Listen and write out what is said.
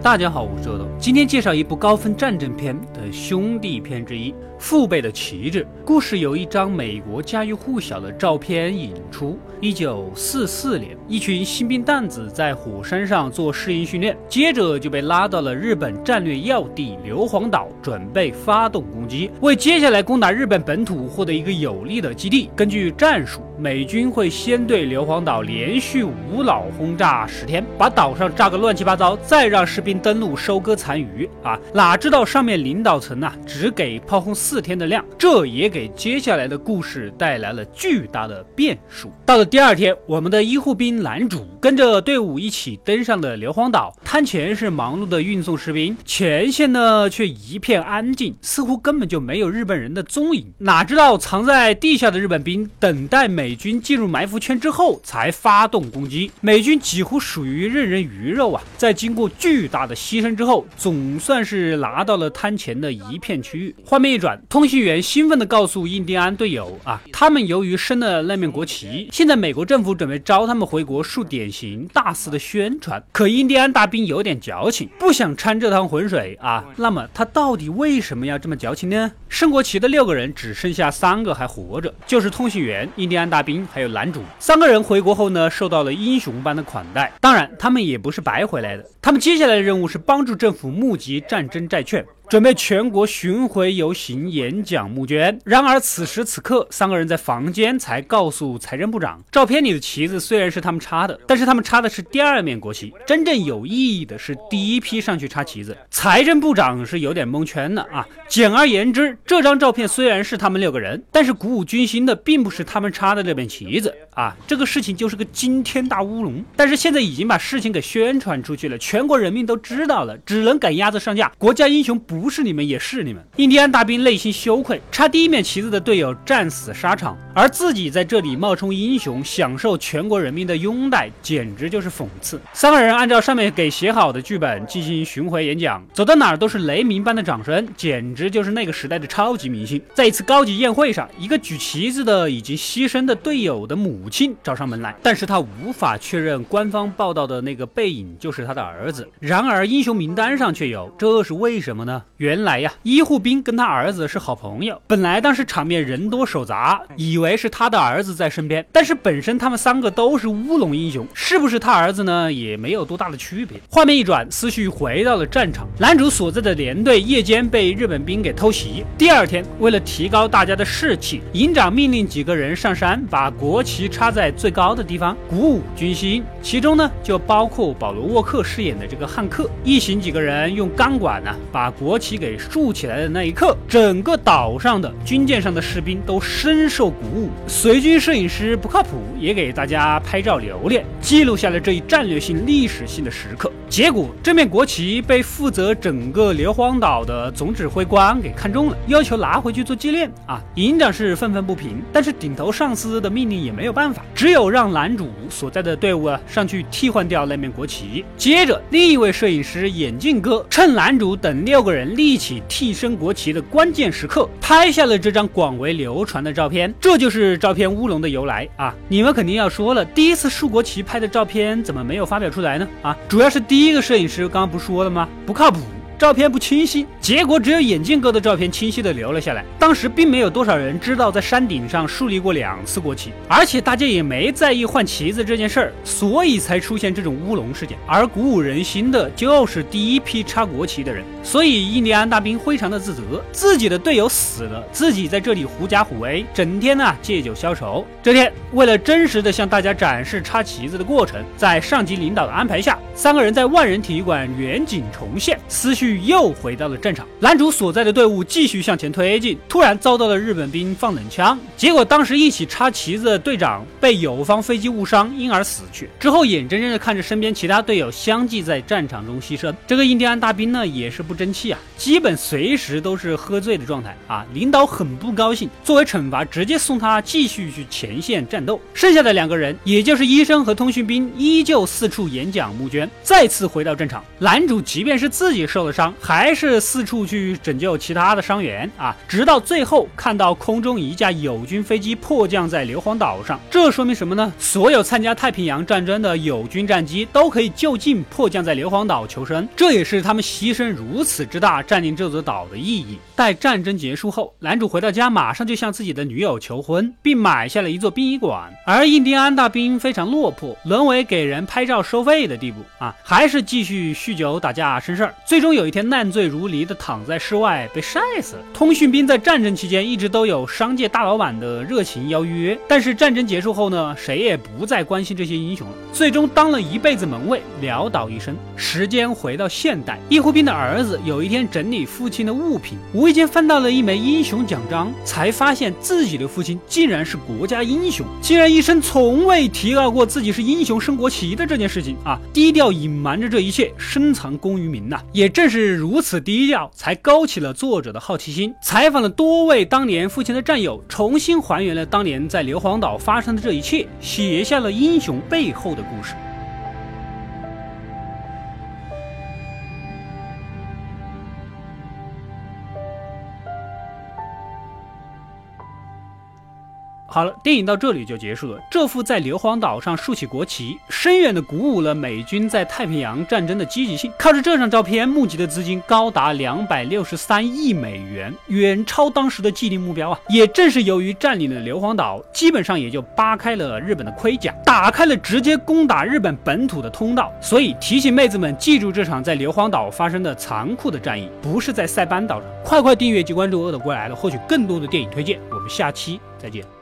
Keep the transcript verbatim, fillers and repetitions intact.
大家好，我是阿斗，今天介绍一部高分战争片的兄弟片之一《父辈的旗帜》。故事由一张美国家喻户晓的照片引出。一九四四年，一群新兵蛋子在火山上做试验训练，接着就被拉到了日本战略要地硫磺岛，准备发动攻击，为接下来攻打日本本土获得一个有利的基地。根据战术，美军会先对硫磺岛连续无脑轰炸十天，把岛上炸个乱七八糟，再让士兵登陆收割残余啊！哪知道上面领导层啊，只给炮轰四天的量，这也给接下来的故事带来了巨大的变数。到了第二天，我们的医护兵男主跟着队伍一起登上了硫磺岛，滩前是忙碌的运送士兵，前线呢却一片安静，似乎根本就没有日本人的踪影。哪知道藏在地下的日本兵等待美军进入埋伏圈之后才发动攻击，美军几乎属于任人鱼肉啊！在经过巨大的牺牲之后，总算是拿到了滩前的一片区域。画面一转，通信员兴奋地告诉印第安队友啊，他们由于升了那面国旗，现在美国政府准备招他们回国树典型，大肆的宣传。可印第安大兵有点矫情，不想掺这趟浑水啊。那么他到底为什么要这么矫情呢？升国旗的六个人只剩下三个还活着，就是通信员、印第安大兵还有男主。三个人回国后呢，受到了英雄般的款待。当然，他们也不是白回来的，他们接下来的任务是帮助政府募集战争债券，准备全国巡回游行、演讲、募捐。然而此时此刻，三个人在房间才告诉财政部长，照片里的旗子虽然是他们插的，但是他们插的是第二面国旗，真正有意义的是第一批上去插旗子。财政部长是有点蒙圈了啊！简而言之，这张照片虽然是他们六个人，但是鼓舞军心的并不是他们插的这面旗子啊！这个事情就是个惊天大乌龙。但是现在已经把事情给宣传出去了，全国人民都知道了，只能赶鸭子上架。国家英雄不是你们也是你们。印第安大兵内心羞愧，插第一面旗子的队友战死沙场，而自己在这里冒充英雄，享受全国人民的拥戴，简直就是讽刺。三个人按照上面给写好的剧本进行巡回演讲，走到哪儿都是雷鸣般的掌声，简直就是那个时代的超级明星。在一次高级宴会上，一个举旗子的已经牺牲的队友的母亲找上门来，但是他无法确认官方报道的那个背影就是他的儿子。然而英雄名单上却有，这是为什么呢？原来呀，医护兵跟他儿子是好朋友，本来当时场面人多手杂，以为是他的儿子在身边，但是本身他们三个都是乌龙英雄，是不是他儿子呢也没有多大的区别。画面一转，思绪回到了战场，男主所在的连队夜间被日本兵给偷袭。第二天，为了提高大家的士气，营长命令几个人上山，把国旗插在最高的地方，鼓舞军心。其中呢就包括保罗沃克饰演的这个汉克。一行几个人用钢管呢、啊、把国旗给竖起来的那一刻，整个岛上的军舰上的士兵都深受鼓舞。随军摄影师不靠谱也给大家拍照留念，记录下了这一战略性历史性的时刻。结果这面国旗被负责整个硫磺岛的总指挥官给看中了，要求拿回去做纪念啊！营长是愤愤不平，但是顶头上司的命令也没有办法，只有让男主所在的队伍啊上去替换掉那面国旗。接着另一位摄影师眼镜哥趁男主等六个人立起替身国旗的关键时刻，拍下了这张广为流传的照片。这就是照片乌龙的由来啊！你们肯定要说了，第一次竖国旗拍的照片怎么没有发表出来呢？啊，主要是第一个摄影师刚刚不说了吗？不靠谱，照片不清晰，结果只有眼镜哥的照片清晰的留了下来。当时并没有多少人知道在山顶上树立过两次国旗，而且大家也没在意换旗子这件事儿，所以才出现这种乌龙事件。而鼓舞人心的就是第一批插国旗的人，所以印第安大兵非常的自责，自己的队友死了，自己在这里狐假虎威，整天呢、啊、借酒消愁。这天，为了真实的向大家展示插旗子的过程，在上级领导的安排下，三个人在万人体育馆远景重现，思绪又回到了战场。男主所在的队伍继续向前推进，突然遭到了日本兵放冷枪，结果当时一起插旗子的队长被友方飞机误伤，因而死去。之后眼睁睁的看着身边其他队友相继在战场中牺牲。这个印第安大兵呢也是不争气啊，基本随时都是喝醉的状态啊。领导很不高兴，作为惩罚直接送他继续去前线战斗。剩下的两个人，也就是医生和通讯兵，依旧四处演讲募捐，再次回到战场。男主即便是自己受了伤， 伤，还是四处去拯救其他的伤员啊，直到最后看到空中一架友军飞机迫降在硫磺岛上。这说明什么呢？所有参加太平洋战争的友军战机都可以就近迫降在硫磺岛求生，这也是他们牺牲如此之大占领这座岛的意义。待战争结束后，男主回到家，马上就向自己的女友求婚，并买下了一座殡仪馆。而印第安大兵非常落魄，沦为给人拍照收费的地步啊，还是继续酗酒打架生事儿，最终有一天烂醉如泥的躺在室外被晒死了。通讯兵在战争期间一直都有商界大老板的热情邀约，但是战争结束后呢，谁也不再关心这些英雄了，最终当了一辈子门卫，潦倒一生。时间回到现代，义户兵的儿子有一天整理父亲的物品，无意间翻到了一枚英雄奖章，才发现自己的父亲竟然是国家英雄，竟然一生从未提到过自己是英雄升国旗的这件事情啊，低调隐瞒着这一切，深藏功于民呐、啊。也正是如此低调，才勾起了作者的好奇心，采访了多位当年父亲的战友，重新还原了当年在硫磺岛发生的这一切，写下了英雄背后的故事。好了，电影到这里就结束了。这幅在硫磺岛上竖起国旗，深远地鼓舞了美军在太平洋战争的积极性。靠着这张照片募集的资金高达两百六十三亿美元，远超当时的既定目标啊！也正是由于占领了硫磺岛，基本上也就扒开了日本的盔甲，打开了直接攻打日本本土的通道。所以提醒妹子们记住这场在硫磺岛发生的残酷的战役，不是在塞班岛上。快快订阅及关注恶的归来了，获取更多的电影推荐。我们下期再见。